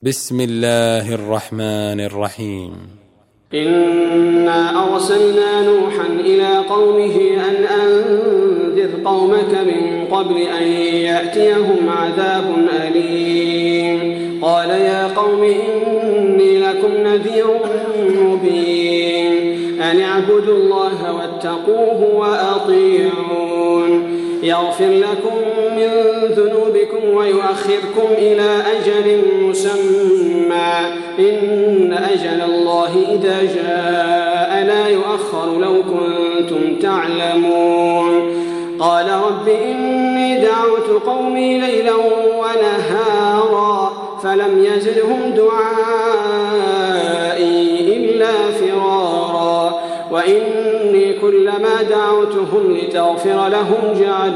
بسم الله الرحمن الرحيم. إنا أرسلنا نوحا إلى قومه أن أنذر قومك من قبل أن يأتيهم عذاب أليم. قال يا قوم إني لكم نذير مبين أن اعبدوا الله واتقوه وأطيعون يغفر لكم من ذنوبكم ويؤخركم إلى أجل مسمى إن أجل الله إذا جاء لا يؤخر لو كنتم تعلمون. قال رب إني دعوت قومي ليلا ونهارا فلم يزدهم دعائي إلا فرارا وإني كلما دعوتهم لتغفر لهم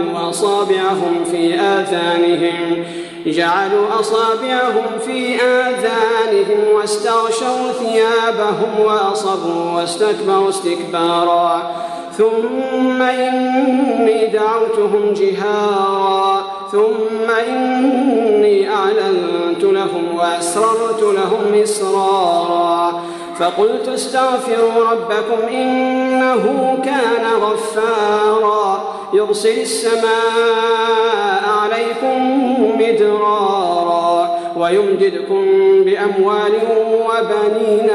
جعلوا أصابعهم في آذانهم واستغشوا ثيابهم وأصروا واستكبروا استكبارا ثم إني دعوتهم جهارا ثم إني أعلنت لهم وأسررت لهم إسرارا فقلت استغفروا ربكم إنه كان غفارا يرسل السماء عليكم مدرارا ويمددكم بأموال وبنين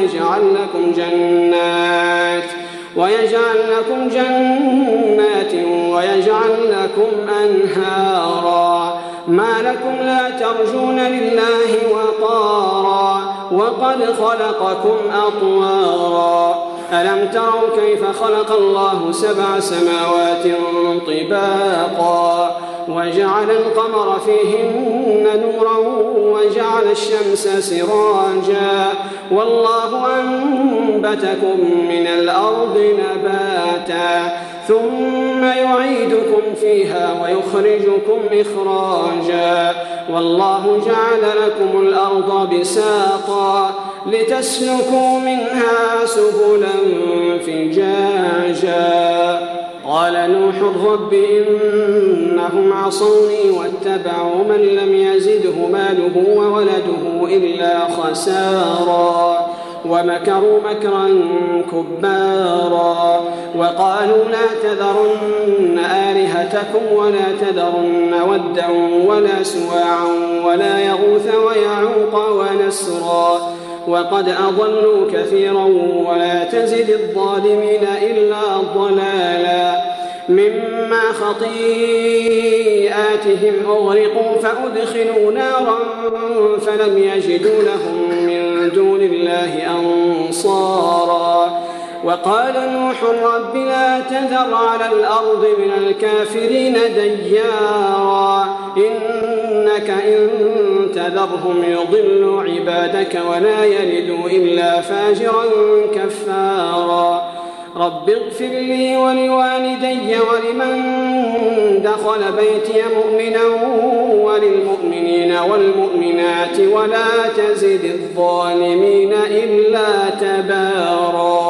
ويجعل لكم جنات ويجعل لكم أنهارا ما لكم لا ترجون لله وقارا وقد خلقكم أطوارا ألم تروا كيف خلق الله 7 سماوات طباقا وجعل القمر فيهن نورا وجعل الشمس سراجا والله أنبتكم من الأرض نباتا ثم يعيدكم فيها ويخرجكم إخراجا والله جعل لكم الأرض بساطا لتسلكوا منها سبلا فجاجا قال نوح رب إنهم عصوني واتبعوا من لم يزده ماله وولده إلا خسارا ومكروا مكرا كبارا وقالوا لا تذرن آلهتكم ولا تذرن ودا ولا سواعا ولا يغوث ويعوق ونسرا وقد أضلوا كثيرا ولا تزد الظالمين إلا ضلالا مما خطيئاتهم أغرقوا فأدخلوا نارا فلم يجدوا لهم من دون الله أنصارا وقال نوح رب لا تذر على الأرض من الكافرين ديارا إنك إن تذرهم يضلوا عبادك ولا يلدوا إلا فاجرا كفارا رب اغفر لي ولوالدي ولمن دخل بيتي مؤمنا وللمؤمنين والمؤمنات ولا تزد الظالمين إلا تبارا.